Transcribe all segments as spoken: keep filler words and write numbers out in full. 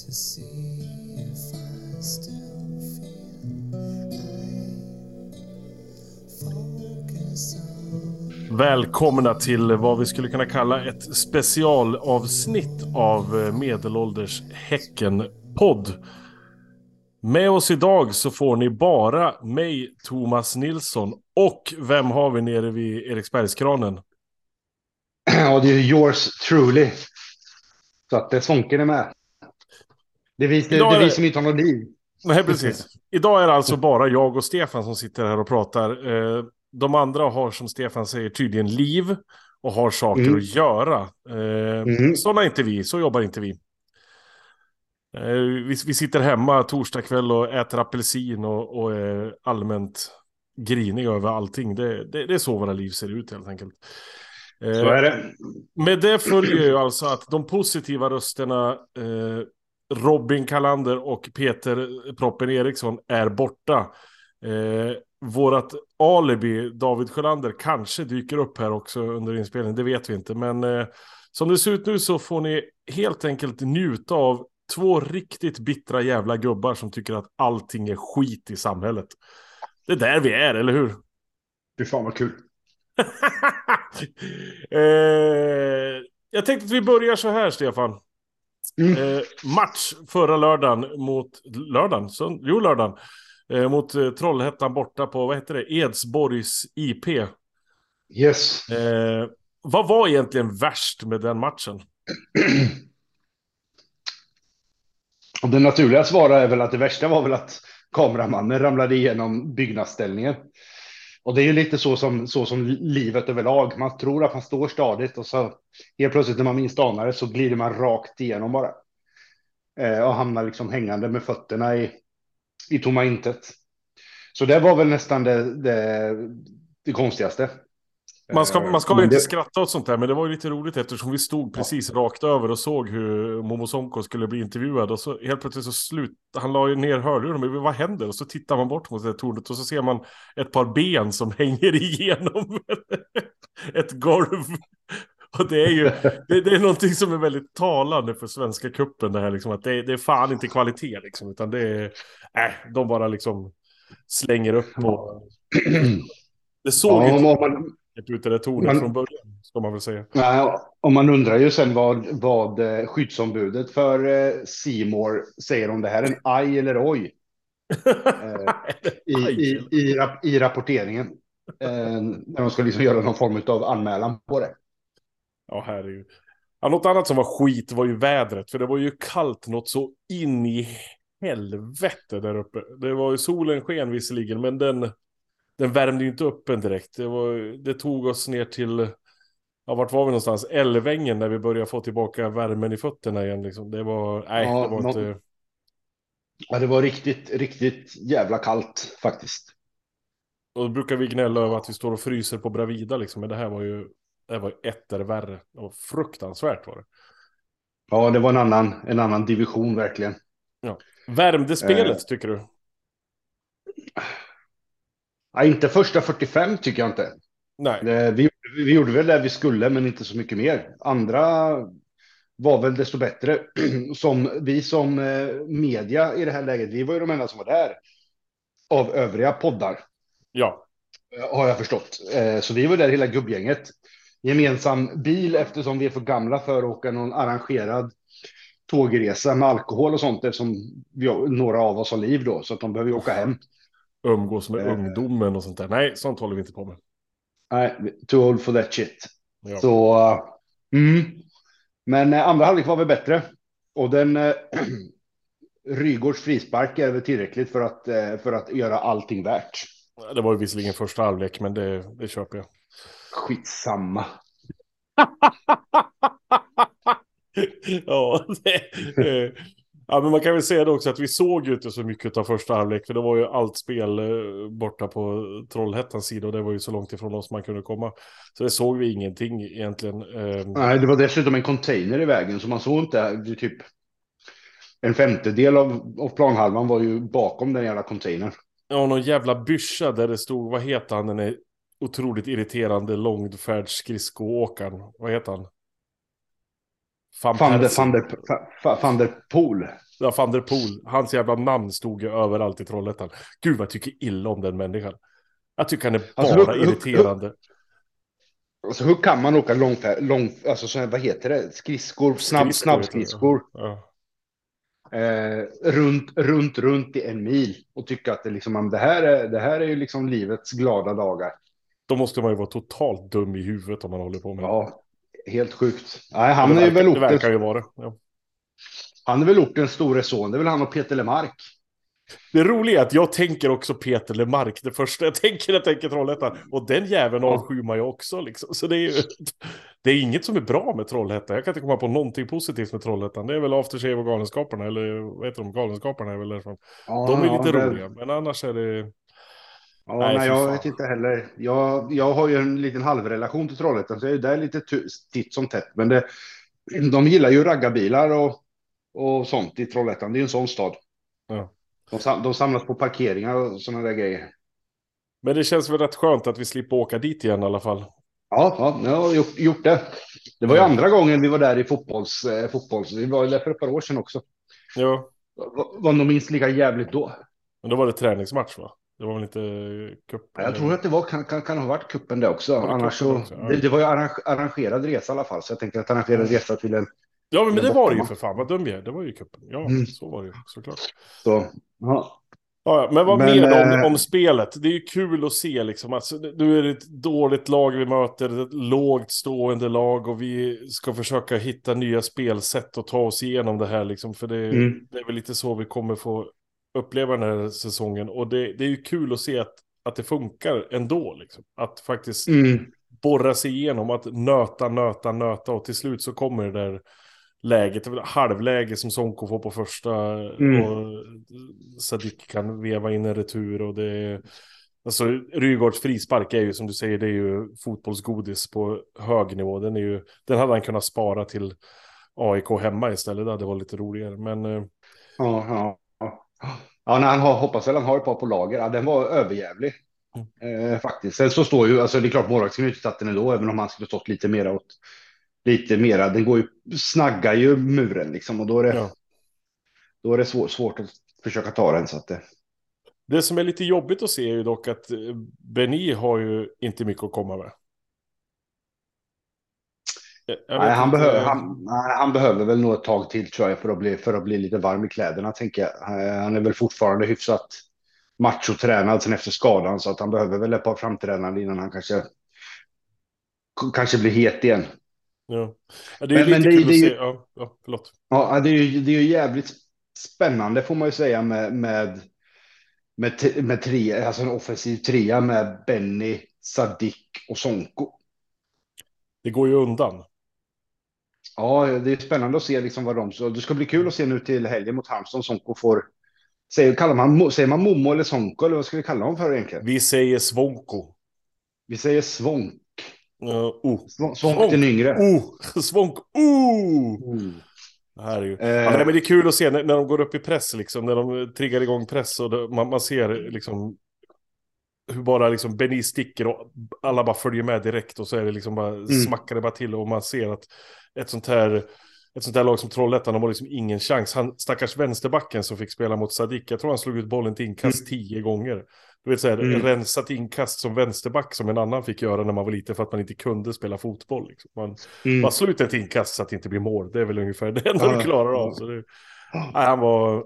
to see if I still feel I focus on. Välkomna till vad vi skulle kunna kalla ett specialavsnitt av Medelålders Häcken-podd. Med oss idag så får ni bara mig, Thomas Nilsson, och vem har vi nere vid Eriksbergskranen? Ja, det är yours truly. Så att det Svånken är med. Det är vi, det, Idag det är är vi det- som inte har något liv. Nej, precis. Idag är det alltså bara jag och Stefan som sitter här och pratar. Eh, De andra har, som Stefan säger, tydligen liv och har saker Mm. att göra. Eh, Mm. Sådana är inte vi, så jobbar inte vi. Eh, Vi, vi sitter hemma torsdag kväll och äter apelsin och, och är allmänt griniga över allting. Det, det, det är så våra liv ser ut helt enkelt. Eh, Så är det. Med det följer ju alltså att de positiva rösterna eh, Robin Kalander och Peter Proppen Eriksson är borta. Eh, vårat alibi David Sjölander kanske dyker upp här också under inspelningen, det vet vi inte. Men eh, som det ser ut nu så får ni helt enkelt njuta av två riktigt bittra jävla gubbar som tycker att allting är skit i samhället. Det är där vi är, eller hur? Fy fan vad kul. eh, jag tänkte att vi börjar så här, Stefan. Mm. Eh, match förra lördagen mot lördagen, så, jo lördagen eh, mot eh, Trollhättan borta på, vad heter det, Edsborgs I P. Yes. Eh, vad var egentligen värst med den matchen? Och det naturliga svaret är väl att det värsta var väl att kameramannen ramlade igenom byggnadsställningen. Och det är ju lite så som, så som livet överlag. Man tror att man står stadigt och så helt plötsligt när man minst anar det så glider man rakt igenom bara. Eh, och hamnar liksom hängande med fötterna i, i tomma intet. Så det var väl nästan det, det, det konstigaste. Man ska, man ska Men ju inte det- skratta åt sånt där, men det var ju lite roligt eftersom vi stod precis rakt över och såg hur Momo Sonko skulle bli intervjuad och så helt plötsligt så slut, han la ju ner hörlurarna, men vad händer? Och så tittar man bort mot det tornet och så ser man ett par ben som hänger igenom ett golv. Och det är ju, det, det är någonting som är väldigt talande för Svenska kuppen det här liksom, att det, det är fan inte kvalitet liksom, utan det är, äh, de bara liksom slänger upp och det såg Ja, ju om, inte om man, ut i det tornet man- från början, ska man väl säga. nej, om man undrar ju sen vad, vad eh, skyddsombudet för eh, C More säger om det här. En aj eller oj. Eh, i, i, i, rap, I rapporteringen. Eh, när de ska liksom göra någon form av anmälan på det. Ja, herregud. Ja, något annat som var skit var ju vädret, för det var ju kallt något så in i helvete där uppe. Det var ju solen sken visserligen, men den, den värmde ju inte upp en direkt. Det, var, det tog oss ner till, ja, vart var vi någonstans? Älvängen, när vi började få tillbaka värmen i fötterna igen. Liksom. Det var, nej, Ja, det var nå- inte... Ja, det var riktigt, riktigt jävla kallt faktiskt. Och då brukar vi gnälla över att vi står och fryser på Bravida, liksom. Men det här var ju, det här var ju etter värre. Det var fruktansvärt var det. Ja, det var en annan, en annan division verkligen. Ja. Värmde spelet, Eh. tycker du? Ja, inte första fyrtiofem tycker jag inte. Nej. Det, vi, vi gjorde väl det vi skulle, men inte så mycket mer. Andra var väl desto bättre. Som vi som eh, media i det här läget, vi var ju de enda som var där. Av övriga poddar, Ja. eh, har jag förstått. Eh, så vi var där hela gubbgänget. Gemensam bil eftersom vi är för gamla för att åka någon arrangerad tågresa med alkohol och sånt. Eftersom vi, några av oss har liv då, så att de behöver ju åka hem. Umgås med Eh. ungdomen och sånt där. Nej, sånt håller vi inte på med. Nej, too old for that shit. Ja. Så, mm. Men eh, andra halvlek var väl bättre. Och den eh, Rygårds frispark är väl tillräckligt för att, eh, för att göra allting värt. Det var ju visserligen första halvlek, men det, det köper jag. Skitsamma. Ja, det, eh, ja, men man kan väl säga det också att vi såg ju inte så mycket av första halvlek, för det var ju allt spel eh, borta på Trollhättans sida och det var ju så långt ifrån oss man kunde komma. Så det såg vi ingenting egentligen. Eh, Nej, det var dessutom en container i vägen, så man såg inte det, typ en femtedel av, av planhalvan var ju bakom den jävla containern. ja, någon jävla byscha där det stod, vad heter han, den är otroligt irriterande långfärdsskridskoåkaren. Vad heter han? Van Van der, Persie. van der, va- van der Poel. Ja, van der Poel. Hans jävla namn stod ju överallt i Trollhättan. Gud vad jag tycker illa om den människan. Jag tycker han är Alltså, bara hur- hur- irriterande. Alltså, hur kan man åka lång, lång alltså så här, vad heter det? Skridskor, snabb, Skridskor, snabbskridskor. Ja. Eh, runt, runt, runt i en mil och tycka att det, liksom, det, här är, det här är ju liksom livets glada dagar. Då måste man ju vara totalt dum i huvudet om man håller på med det. Ja, helt sjukt. Nej, det. han är Verkar, ju väl det verkar ortens, ju vara. Ja. han är väl ortens store son. Det är väl han och Peter Lemark. Det roliga är att jag tänker också Peter Lemark. Det första jag tänker, jag tänker Trollhättan. Och den jäveln Ja. avskyr man ju också. Liksom. Så det är ju... Det är inget som är bra med Trollhättan. Jag kan inte komma på någonting positivt med Trollhättan. Det är väl Aftershave och Galenskaparna. Eller vad heter de? Galenskaparna är väl därifrån. Ja, De är ja, lite det- roliga. Men annars är det... Ja, Nej, nej, fy jag fan. vet inte heller. Jag, jag har ju en liten halvrelation till Trollhättan, så jag är ju där lite tu- titt som tätt. Men det, de gillar ju raggarbilar och, och sånt i Trollhättan. Det är ju en sån stad. Ja. De, sam- de samlas på parkeringar och sådana där grejer. Men det känns väl rätt skönt att vi slipper åka dit igen i alla fall. Ja, ja, jag har gjort, gjort det. Det var ju Ja. andra gången vi var där i fotbolls, eh, fotbolls. Vi var ju där för ett par år sedan också. Ja, Var, var nog minst lika jävligt då. men då var det träningsmatch va? Det var väl inte cup? Jag tror att det var, kan, kan, kan ha varit kuppen det också. Var det Annars kuppen så, också? Ja. det, det var ju arrange, arrangerad resa i alla fall. Så jag tänker att arrangerad resa till en... Ja, men, men det Det var det ju borta, för fan. Vad dum jag är. Det var ju cupen. Ja, Mm. så var det ju såklart. Så, ja. Ja, ja, men vad Men, mer då om, eh, om spelet? Det är ju kul att se liksom. Alltså, nu är det ett dåligt lag vi möter, ett lågt stående lag och vi ska försöka hitta nya spelsätt och ta oss igenom det här liksom. För det, Mm. det är väl lite så vi kommer få uppleva den här säsongen. Och det, det är ju kul att se att, att det funkar ändå liksom. Att faktiskt Mm. borra sig igenom, att nöta, nöta, nöta och till slut så kommer det där läget, det är väl halvläge som Sonko får på första Mm. och Sadik kan veva in en retur och det är, alltså Rygaards frispark är ju som du säger, det är ju fotbollsgodis på hög nivå, den är ju, den hade han kunnat spara till A I K hemma istället, det hade varit lite roligare, men eh, Ja, ja, ja. Ja, när han har, hoppas väl han har ett par på lager. Ja, den var överjävlig. Eh, faktiskt. Sen så står ju, alltså det är klart målvakt skulle inte tagit den ändå, även om han skulle stått lite mera åt, lite mera, den går ju, snaggar ju muren liksom och då är det, ja. då är det svår, svårt att försöka ta den så att det... Det som är lite jobbigt att se är ju dock att eh, Benny har ju inte mycket att komma med. Jag- jag Nej, vet han, inte- behöver, han, nej, han behöver väl nog ett tag till tror jag för att bli, för att bli lite varm i kläderna tänker jag. Eh, Han är väl fortfarande hyfsat machotränad sen efter skadan så att han behöver väl ett par framträdanden innan han kanske kanske blir het igen. Ja. Ja, det är ju Men- lite men det- kul det är att ju- se. Ja, ja, förlåt. Ja, det är ju, det är ju jävligt spännande får man ju säga med, med, med, t- med tre, alltså en offensiv trea med Benny, Sadik och Sonko. Det går ju undan. Ja, det är spännande att se liksom vad de... Så det ska bli kul att se nu till helgen mot Halmstad. Sonko får... Säger, kallar man, säger man Momo eller Sonko eller vad ska vi kalla dem för egentligen? Vi säger Svonko. Vi säger Svånk. Uh, oh. Svånk, Svånk den yngre. Oh, Svonk. Oh! Mm. Det här är ju... Eh. Ja, men det är kul att se när, när de går upp i press, liksom, när de triggar igång press och det, man, man ser liksom hur bara liksom Benny sticker och alla bara följer med direkt och så är det liksom bara smackar det bara till och man ser att ett sånt här ett sånt här lag som Trollhättan, de har liksom ingen chans. Han, stackars vänsterbacken som fick spela mot Sadik, jag tror han slog ut bollen till inkast tio gånger. Du vet såhär, Mm. rensat inkast som vänsterback som en annan fick göra när man var liten för att man inte kunde spela fotboll. Liksom. Man Mm. bara sluta ett inkast så att det inte blir mål. Det är väl ungefär det enda Ja. du klarar av. Så det, nej, han var...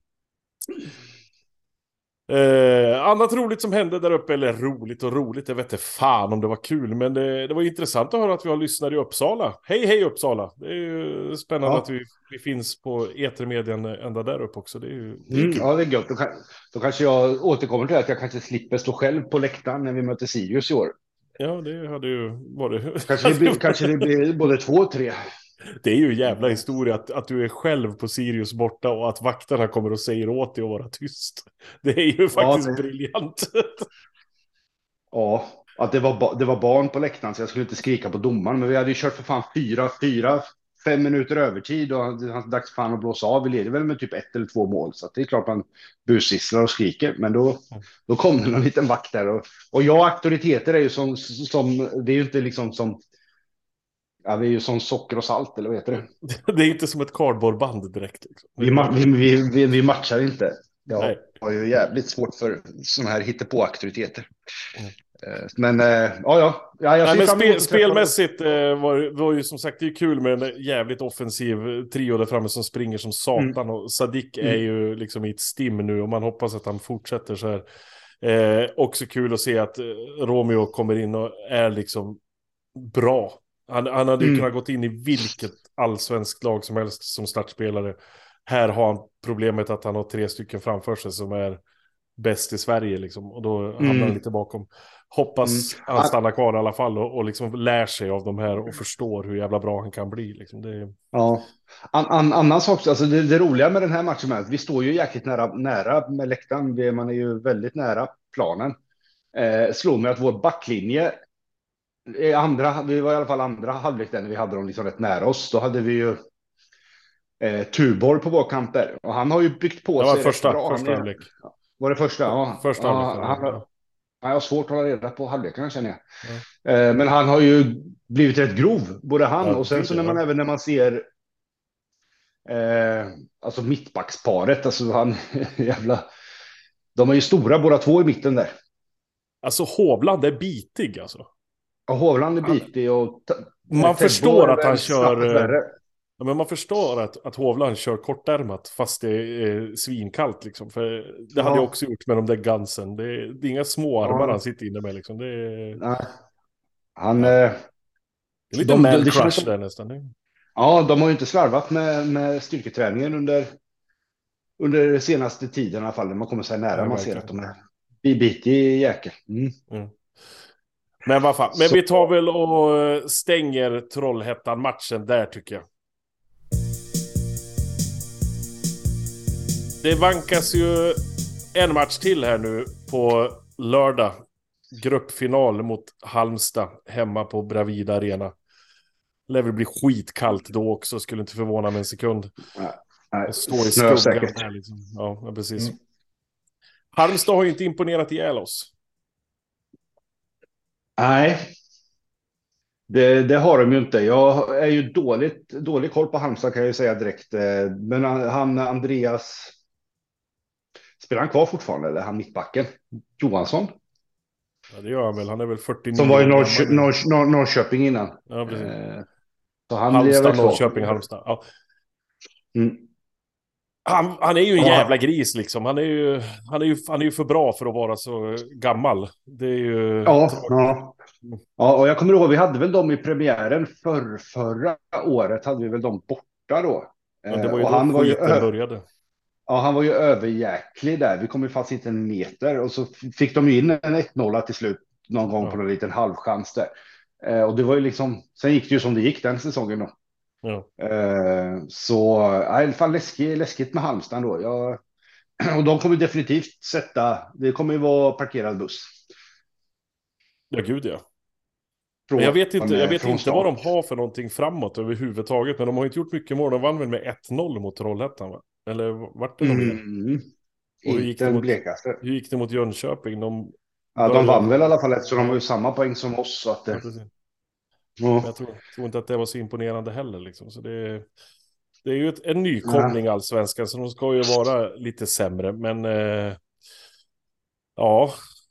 Eh, annat roligt som hände där uppe, eller roligt och roligt, jag vet inte fan om det var kul, men det, det var intressant att höra att vi har lyssnare i Uppsala. Hej hej Uppsala! Det är ju spännande Ja. att vi, vi finns på etermedien ända där uppe också. Det är ju det är Mm, kul. ja, det är gött. Då, kan, då kanske jag återkommer till att jag kanske slipper stå själv på läktaren när vi möter Sirius i år. Ja, det hade ju varit... Kanske det blir, kanske det blir både två och tre. Det är ju en jävla historia att, att du är själv på Sirius borta och att vakterna kommer och säger åt dig att vara tyst. Det är ju faktiskt det- briljant. Ja, att det var, ba- det var barn på läktaren så jag skulle inte skrika på domaren. Men vi hade ju kört för fan fyra, fyra, fem minuter övertid och det är dags fan att blåsa av. Vi leder väl med typ ett eller två mål. Så att det är klart man busisslar och skriker. Men då, då kom det någon liten vakt där. Och, och jag, auktoriteter är ju som, som, det är ju inte liksom som... Ja, vi är ju som socker och salt, eller vad heter det? Det är inte som ett cardboardband direkt. Liksom. Vi, ma- vi, vi, vi, vi matchar inte. Jag Nej. har ju jävligt svårt för sådana här hittepå-aktiviteter. Mm. Eh, Men, eh, ja, ja. ja jag Nej, ser men fram emot spe, att träffa- spelmässigt eh, var, var ju som sagt det är kul med en jävligt offensiv trio där framme som springer som satan. Och Sadik är Mm. ju liksom i ett stim nu och man hoppas att han fortsätter så här. Eh, också kul att se att eh, Romeo kommer in och är liksom bra. Han, han hade ju Mm. kunnat gått in i vilket allsvenskt lag som helst som startspelare. Här har han problemet att han har tre stycken framför sig som är bäst i Sverige liksom. Och då hamnar Mm. han lite bakom. Hoppas Mm. han stannar kvar i alla fall och, och liksom lär sig av de här och förstår hur jävla bra han kan bli. Liksom. Det är... Ja. An, an, annan sak, alltså det, det roliga med den här matchen är att vi står ju jäkligt nära, nära med läktaren. Det, man är ju väldigt nära planen. Eh, slår mig att vår backlinje i andra, vi var i alla fall andra halvlek där när vi hade dem liksom rätt nära oss. Då hade vi ju eh, Tuborg på vår kant där. Och han har ju byggt på Det var sig första, rätt bra. första Han är- halvlek. Var det första? Ja. Första ja, halvlek. han, Ja. han, jag har svårt att hålla reda på halvlekarna känner jag. Ja. Eh, men han har ju blivit rätt grov, både han Ja, och sen gud, så när man ja. även när man ser eh, alltså mittbacksparet, alltså han jävla, de är ju stora båda två i mitten där. Alltså Hovland är bitig alltså. Och Hovland är Han- bitig och t- Man Tebbo förstår är att han väl kör... snabbt värre. Ja, men man förstår att, att Hovland kör kortärmat fast det är svinkallt liksom. För det hade Ja. jag också gjort med de där gansen. Det är, det är inga små armar Ja. han sitter inne med liksom. Det är, Nej. Han, Ja. eh, det är lite De- man det känns crush som- där nästan. Det- ja, de har ju inte slarvat med, med styrketräningen under, under senaste tiden i alla fall. När man kommer så här nära, Ja, man ser verkligen. att de är bitig jäkel. Mm. Men vad fan. Men Så- vi tar väl och stänger Trollhättan-matchen där tycker jag. Det vankas ju en match till här nu på lördag. Gruppfinal mot Halmstad hemma på Bravida Arena. Lär väl bli skitkallt då också, skulle inte förvåna mig en sekund. Nej, Och stå i snö skuggan säkert. här liksom. Ja, ja, precis. Mm. Halmstad har ju inte imponerat ihjäl oss. Nej, det, det har de ju inte. Jag är ju dåligt, dålig koll på Halmstad kan jag ju säga direkt. Eh, Men han, han Andreas, spelar han kvar fortfarande? Eller han mittbacken? Johansson? Ja, det gör han väl. Han är väl fyrtionio. Som var i år Norrkö gammal. Norr Norr Norrköping innan. Ja, precis. Eh, Så han lever Halmstad, kvar. Norrköping, Halmstad. Ja. Mm. Han, han är ju en Ja. jävla gris liksom. Han är ju, han är ju, han är ju för bra för att vara så gammal. Det är ju... Ja, ja. Ja, och jag kommer ihåg, vi hade väl dem i premiären för förra året, hade vi väl dem borta då. Men det var ju Eh, och då han var ju, skiten ö- började. ja, han var ju överjäklig där. Vi kom ju fast inte en meter och så f- fick de ju in en ett noll till slut någon gång Ja. på en liten halvchans där. Eh, och det var ju liksom, sen gick det ju som det gick den säsongen då. Ja. Eh, så ja, i alla fall läskigt, läskigt med Halmstad då. Jag, och de kommer definitivt sätta, det kommer ju vara parkerad buss. Ja, gud ja. Från, Men jag vet inte, jag vet från inte start. vad de har för någonting framåt överhuvudtaget. Men de har inte gjort mycket mål. De vann väl med ett noll mot Trollhättan, va? Eller vart det något mer? Mm. Och hur gick Inte det den mot- blekaste. Hur gick det mot Jönköping? De... Ja, de började- vann väl i alla fall eftersom de har ju samma poäng som oss. Så att Ja, det, precis. Men ja. jag tror, tror inte att det var så imponerande heller. Liksom. Så det, är- det är ju ett, en nykomling i allsvenskan. Så de ska ju vara lite sämre. Men eh, ja.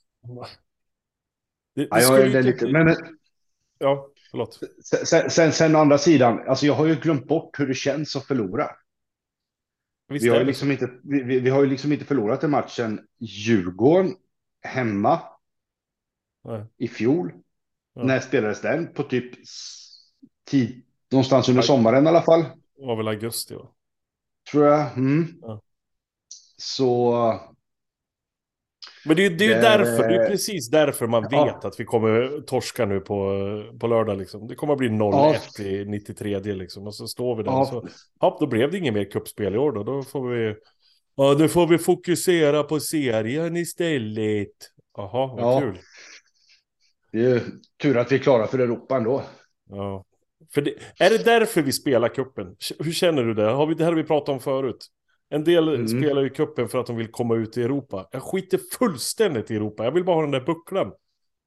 Det, det Ja, jag skulle är ju det inte- lite, men, men Ja, förlåt. sen, sen, sen å andra sidan, alltså jag har ju glömt bort hur det känns att förlora. Visst Vi har, är ju det liksom inte, vi, vi, vi har ju liksom inte förlorat den matchen Djurgården hemma så. Nej. i fjol. Ja. När spelades den? På typ s- tid, någonstans under Aj. sommaren i alla fall. Det var väl augusti, va? Tror jag. Mm. Ja. Så Men det är ju det är ju Det- därför, det är ju precis därför man Ja. vet att vi kommer torska nu på, på lördag liksom. Det kommer att bli noll ett i nittiotre liksom. Och så står vi där Ja. och så, ja, då blev det ingen mer kuppspel i år då. Då får vi, ja, då får vi fokusera på serien istället. Jaha, vad Ja. kul. det är ju tur att vi är klara för Europa ändå. Ja. För det, är det därför vi spelar kuppen? Hur känner du det? Har vi, det här har vi pratat om förut. En del Mm. spelar ju kuppen för att de vill komma ut i Europa. Jag skiter fullständigt i Europa. Jag vill bara ha den där bucklan.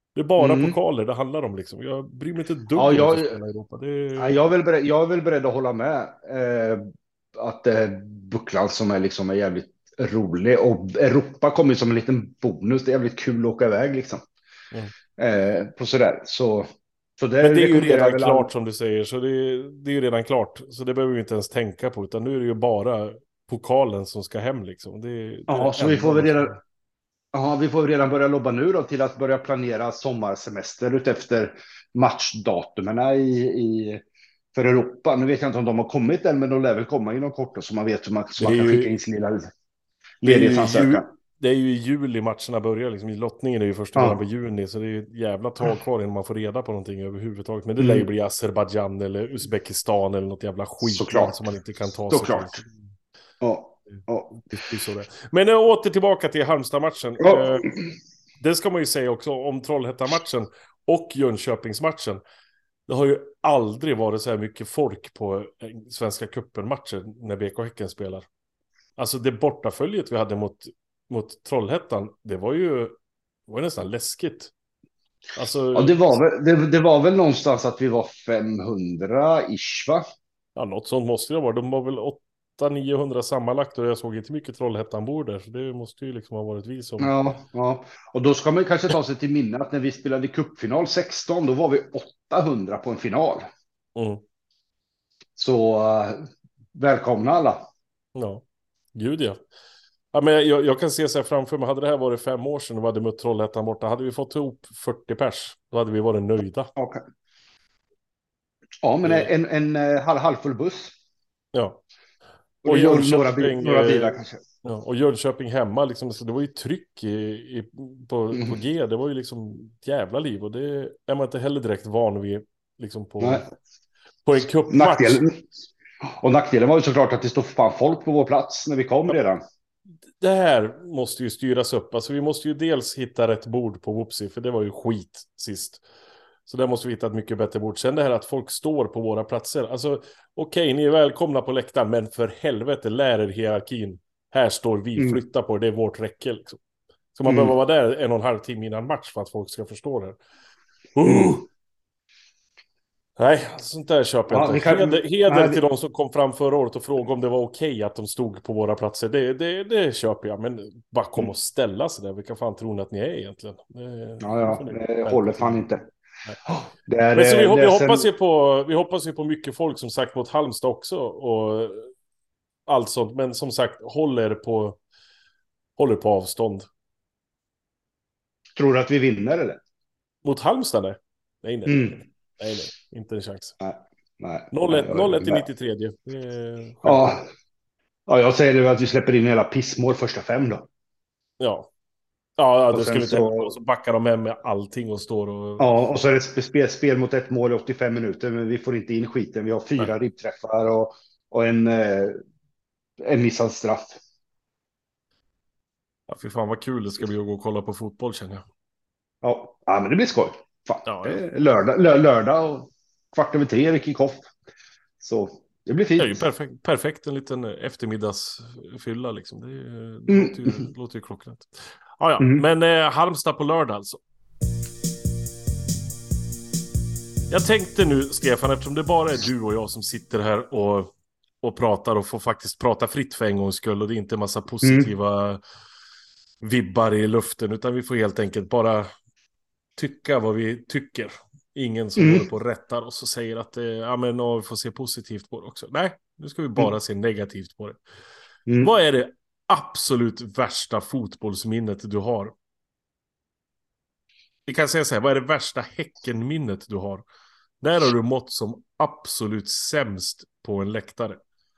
Det är bara Mm. pokaler det handlar om liksom. Jag bryr mig inte ett dugg Ja, om jag- att få spela i Europa. Det Ja, är... jag, är väl beredd, jag är väl beredd att hålla med. Eh, att det är bucklan som är, liksom är jävligt rolig. Och Europa kommer ju som en liten bonus. Det är jävligt kul att åka iväg liksom. Mm. Eh, på sådär. Så, så det Men det är ju rekommenderar jag redan väl klart all- som du säger, så det är, det är ju redan klart. Så det behöver vi inte ens tänka på, utan nu är det ju bara pokalen som ska hem liksom. Det, är- det är Ja, det så vi enda får väl man ska- redan, ja, vi får redan börja lobba nu då till att börja planera sommarsemester utefter matchdatumen i, i, för Europa. Nu vet jag inte om de har kommit än, men de lär väl komma inom kort då, så man vet hur man, så Det man är kan ju- skicka in sin lilla Det är ju i ledighetsansökan. ju, det är ju i juli matcherna börjar liksom. Lottningen är ju först i Ja. början på juni, så det är ju ett jävla tag kvar innan man får reda på någonting överhuvudtaget. Men det lär ju Mm. bli Azerbaijan eller Uzbekistan eller något jävla skit Såklart. som man inte kan ta sig Såklart. till. Ja, ja. Det är så det är. Men äh, åter tillbaka till Halmstad-matchen. Ja. Eh, det ska man ju säga också om Trollhättan-matchen och Jönköpingsmatchen. Det har ju aldrig varit så här mycket folk på eh, Svenska cupen-matcher när B K Häcken spelar. Alltså det bortaföljet vi hade mot, mot Trollhättan, det var ju det var nästan läskigt. Alltså, Ja, det var, väl, det, det var väl någonstans att vi var femhundra-ish, va? ja, något sånt måste det vara. De var väl åtta niohundra sammanlagt och jag såg inte mycket Trollhättan-bord där, så det måste ju liksom ha varit vi som... Ja, ja. Och då ska man kanske ta sig till minne att när vi spelade cupfinal sexton, då var vi åttahundra på en final. Mm. Så uh, välkomna alla. Ja, gud ja. Ja, men jag, jag kan se så här framför mig, hade det här varit fem år sedan och vi hade mött Trollhättan borta, hade vi fått ihop fyrtio pers, då hade vi varit nöjda. Okay. Ja, men Det- en, en, en halv, halvfull buss. Ja. Och, Och och några, Jönköping, bil, några bilar eh, kanske. Ja, och Jönköping hemma, liksom, så det var ju tryck i, i, på, Mm. på G, det var ju liksom ett jävla liv, och det är man inte heller direkt van vid liksom på, Nej. på en cupmatch. Nackdelen, och nackdelen var ju såklart att det stod fan folk på vår plats när vi kom redan. Det här måste ju styras upp, alltså vi måste ju dels hitta rätt bord på Whoopsie, för det var ju skit sist. Så där måste vi hitta ett mycket bättre bord. Sen det här att folk står på våra platser, alltså okej, ni är välkomna på läktaren, men för helvete, lär er hierarkin. Här står vi, Mm. flytta på det, det är vårt räcke liksom. Så man Mm. behöver vara där en och en halv timme innan match för att folk ska förstå det här. Uh! Nej, sånt där köper jag Ja, vi inte. kan- Heder, heder nej, vi- till de som kom fram förra året och frågade om det var okej att de stod på våra platser. Det, det, det köper jag, men bara kom och ställa sig där. Vilka fan tror ni att ni är egentligen? Det, Ja, ja, får ni det skärpa håller till. fan inte. Nej. Det är, Men så vi, det vi, är hoppas sen- ju på, vi hoppas ju på mycket folk som sagt mot Halmstad också. Och allt sånt. Men som sagt, håller på, håller på avstånd. Tror du att vi vinner eller? Mot Halmstad? Nej, nej, nej. Mm. nej, nej, inte en chans. Nej. noll ett noll ett i Nej. nittiotre. Det är Ja. Ja, jag säger nu att vi släpper in hela pissmål första fem då. Ja. Ja, Och det sen skulle inte så- hända. Och så backar de hem med allting och står och... Ja, och så är det ett spel, spel mot ett mål i åttiofem minuter, men vi får inte in skiten. Vi har fyra Nej. ribbträffar och, och en, eh, en missad straff. Ja, fy fan vad kul det ska bli att gå och kolla på fotboll, känner jag. Ja, ja men det blir skoj. Fan. Ja, ja. Det är lördag, lör, lördag och kvart över tre, Ricky Koff. Så det blir fint. Det är ju perfekt, perfekt en liten eftermiddagsfylla liksom. Det, det Mm. låter, ju, det låter ju klockrent. Ja, ja. Mm. Men eh, Halmstad på lördag alltså. Jag tänkte nu, Stefan, eftersom det bara är du och jag som sitter här och, och pratar och får faktiskt prata fritt för en gångs skull, och det är inte en massa positiva vibbar i luften, utan vi får helt enkelt bara tycka vad vi tycker. Ingen som Mm. håller på och rättar oss och säger att eh, ja, men, ja, vi får se positivt på det också. Nej, nu ska vi bara Mm. se negativt på det. Mm. Vad är det absolut värsta fotbollsminnet du har? Vi kan säga så här, vad är det värsta Häckenminnet du har? När har du mått som absolut sämst på en läktare?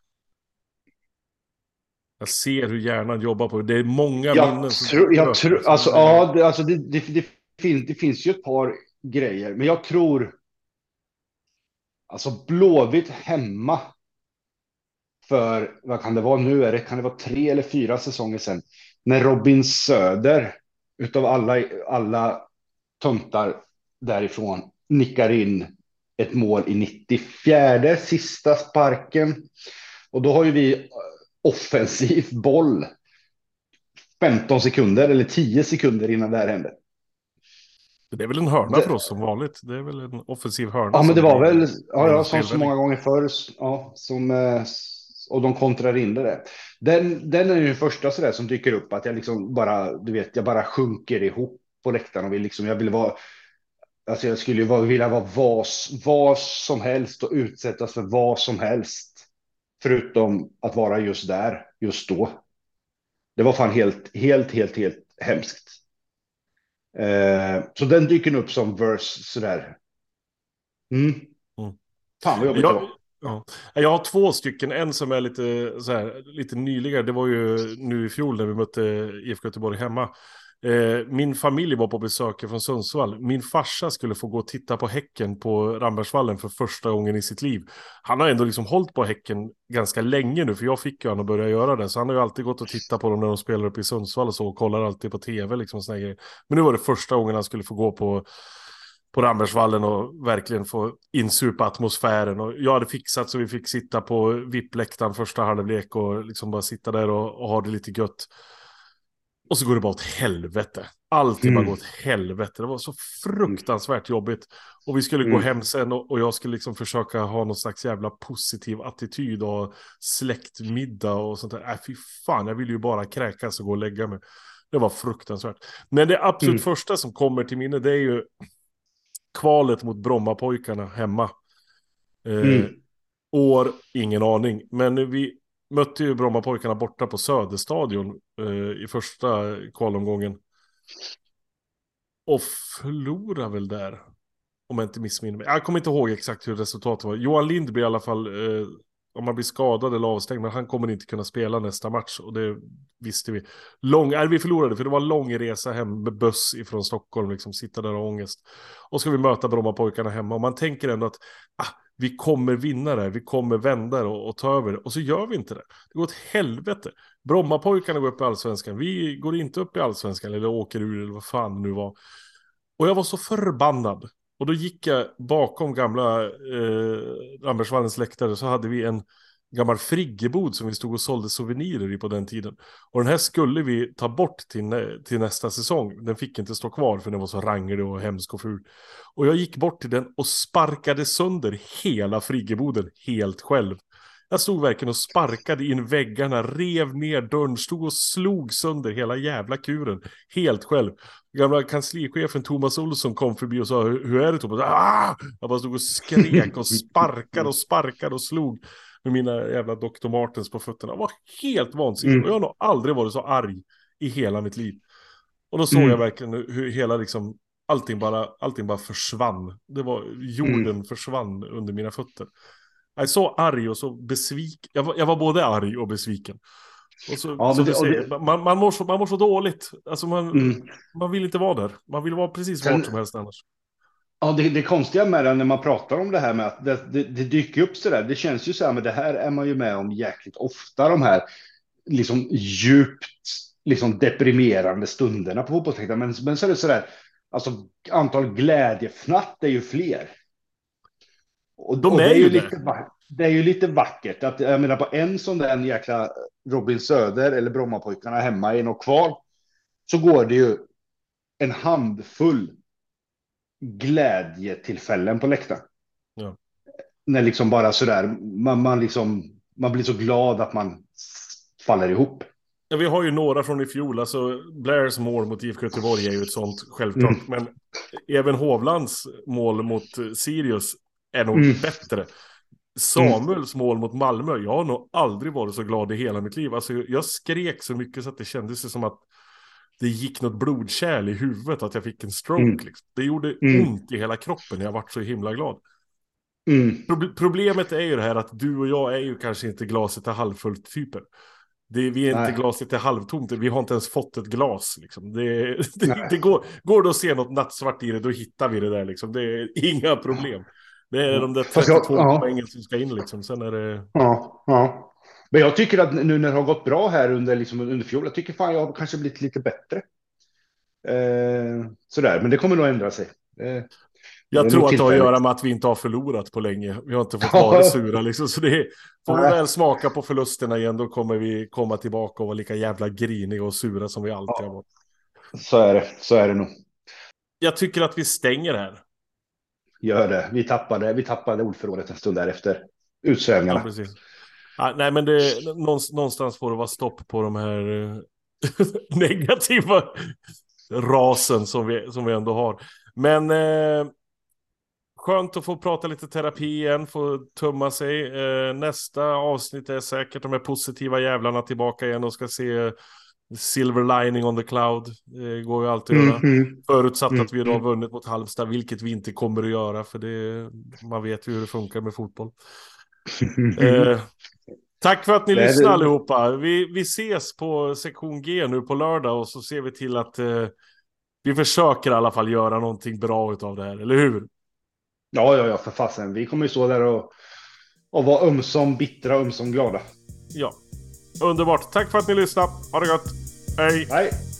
Jag ser hur hjärnan jobbar på det. Det är många Jag minnen som tror, jag dyker upp, tror, liksom. alltså, ja, det, alltså det, det, det, finns, det finns ju ett par grejer, men jag tror, alltså Blåvitt hemma för, vad kan det vara nu, är det, kan det vara tre eller fyra säsonger sedan, när Robin Söder, utav alla, alla töntar därifrån, nickar in ett mål i nittiofjärde, sista sparken. Och då har ju vi offensiv boll femton sekunder eller tio sekunder innan det här hände. Det är väl en hörna Det, för oss som vanligt. Det är väl en offensiv hörna ja, men som det var blir väl, ja, blir en ja, som så spelvändning. många gånger förr, ja, som, eh, och de kontrar in det där. Den, den är ju den första sådär som dyker upp, att jag liksom bara, du vet, jag bara sjunker ihop på läktaren och vill liksom, jag vill vara, alltså jag skulle ju vara, vilja vara vad, vad som helst och utsättas för vad som helst. Förutom att vara just där, just då. Det var fan helt, helt, helt, helt hemskt. Eh, så den dyker upp som verse sådär. Mm. Mm. Fan vad jobbigt det Jag, var. ja. Jag har två stycken, en som är lite, så här, lite nyligare. Det var ju nu i fjol när vi mötte I F K Göteborg hemma. Eh, min familj var på besök från Sundsvall. Min farsa skulle få gå och titta på Häcken på Rambergsvallen för första gången i sitt liv. Han har ändå liksom hållit på Häcken ganska länge nu, för jag fick ju han att börja göra det. Så han har ju alltid gått och tittat på dem när de spelar uppe i Sundsvall och så, och kollar alltid på tv liksom, såna grejer. Men nu var det första gången han skulle få gå på på Rambergsvallen och verkligen få insupa atmosfären. Och jag hade fixat så vi fick sitta på V I P-läktaren första halvlek och liksom bara sitta där och, och ha det lite gött. Och så går det bara åt helvete. Allting Mm. bara går åt helvete. Det var så fruktansvärt jobbigt. Och vi skulle Mm. gå hem sen och, och jag skulle liksom försöka ha någon slags jävla positiv attityd och släktmiddag och sånt där. Nej, fy fan, jag ville ju bara kräkas och gå och lägga mig. Det var fruktansvärt. Men det absolut Mm. första som kommer till minne, det är ju kvalet mot Brommapojkarna hemma. Eh, Mm. År, ingen aning. Men vi mötte ju Brommapojkarna borta på Söderstadion eh, i första kvalomgången. Och förlorade väl där. Om jag inte missminner mig. Jag kommer inte ihåg exakt hur resultatet var. Johan Lind blir i alla fall, eh, om man blir skadad eller avstängd, men han kommer inte kunna spela nästa match. Och det visste vi. Lång, nej, vi förlorade för det var en lång resa hem med buss ifrån Stockholm. Liksom, sitta där och ångest. Och ska vi möta Brommapojkarna hemma. Och man tänker ändå att ah, vi kommer vinna det. Vi kommer vända det och, och ta över det. Och så gör vi inte det. Det går åt helvete. Brommapojkarna går upp i Allsvenskan. Vi går inte upp i Allsvenskan eller åker ur eller vad fan det nu var. Och jag var så förbannad. Och då gick jag bakom gamla eh, Rambergsvallens läktare, så hade vi en gammal friggebod som vi stod och sålde souvenirer i på den tiden. Och den här skulle vi ta bort till, nä- till nästa säsong. Den fick inte stå kvar för den var så ranglig och hemsk och ful. Och jag gick bort till den och sparkade sönder hela friggeboden helt själv. Jag stod verkligen och sparkade in väggarna, rev ner dörren, stod och slog sönder hela jävla kuren. Helt själv. Gamla kanslichefen Thomas Olsson kom förbi och sa, hur är det Thomas? Ah! Jag bara stod och skrek och sparkade och sparkade och slog med mina jävla doktor Martens på fötterna. Jag var helt vansinnigt. Mm. Och jag har nog aldrig varit så arg i hela mitt liv. Och då såg Mm. jag verkligen hur hela liksom, allting bara, allting bara försvann. Det var, jorden Mm. försvann under mina fötter. Jag är så arg och så besviken. Jag var, jag var både arg och besviken. Och så, Ja, som men du det, och säger, det, man, man, mår så, man mår så dåligt. Alltså man, mm. man vill inte vara där. Man vill vara precis Sen- vart som helst annars. Ja, det, det konstiga med det när man pratar om det här med att det, det, det dyker upp så där. Det känns ju så här, men det här är man ju med om jäkligt ofta, de här liksom djupt liksom deprimerande stunderna på fotbollsläktaren. Men, men så är det så där, alltså antal glädjefnatt är ju fler. Och, De och är det är ju ju det. lite, va- det är ju lite vackert att jag menar på en sån där jäkla Robin Söder eller Brommapojkarna hemma i något kvar, så går det ju en handfull glädjetillfällen på läktaren. Ja. När liksom bara sådär, man, man liksom, man blir så glad att man faller ihop. Ja, vi har ju några från i fjol. Alltså Blairs mål mot I F K Göteborg är ju ett sånt, självklart. Mm. Men även Hovlands mål mot eh, Sirius är nog Mm. bättre. Samuels mål mot Malmö, jag har nog aldrig varit så glad i hela mitt liv. Alltså jag skrek så mycket så att det kändes som att det gick något blodkärl i huvudet, att jag fick en stroke. Mm. Liksom. Det gjorde Mm. ont i hela kroppen när jag varit så himla glad. Mm. Pro- problemet är ju det här att du och jag är ju kanske inte glaset är halvfullt typer. Det, vi är Nej. inte glaset är halvtomt, vi har inte ens fått ett glas. Liksom. Det, det, Nej. det går, går det att se något nattsvart i det, då hittar vi det där. Liksom. Det är inga problem. Det är de där Fast jag- trettiotvå ja. poängen som ska in. Liksom. Sen är det... Ja, ja. Men jag tycker att nu när det har gått bra här under, liksom, under fjol, jag tycker fan jag har kanske blivit lite bättre. Eh, sådär, men det kommer nog ändra sig. Eh, Jag det är tror nog att det har att tillfälligt. göra med att vi inte har förlorat på länge. Vi har inte fått Ja. vara sura. Liksom. Så det är, får vi Nej. väl smaka på förlusterna igen, då kommer vi komma tillbaka och vara lika jävla griniga och sura som vi alltid Ja. har varit. Så är det, så är det nog. Jag tycker att vi stänger här. Gör det. Vi tappade, vi tappade ordförrådet en stund därefter. Ja, Utsvävningarna. precis. Ja, nej, men det, någonstans får det vara stopp på de här eh, negativa rasen som vi, som vi ändå har. Men eh, skönt att få prata lite terapi igen, få tumma sig. Eh, nästa avsnitt är säkert de här positiva jävlarna tillbaka igen och ska se silver lining on the cloud. Det går ju alltid att göra. Mhm. Förutsatt att vi Mhm. idag har vunnit mot Halmstad, vilket vi inte kommer att göra, för det, man vet ju hur det funkar med fotboll. Eh, tack för att ni Det är lyssnar det. allihopa. Vi, vi ses på sektion G nu på lördag och så ser vi till att eh, vi försöker i alla fall göra någonting bra utav det här, eller hur? Ja, ja, ja, för fasen. Vi kommer ju stå där och, och vara ömsom bittra, ömsom glada. Ja, underbart. Tack för att ni lyssnade. Ha det gott. Hej! Nej.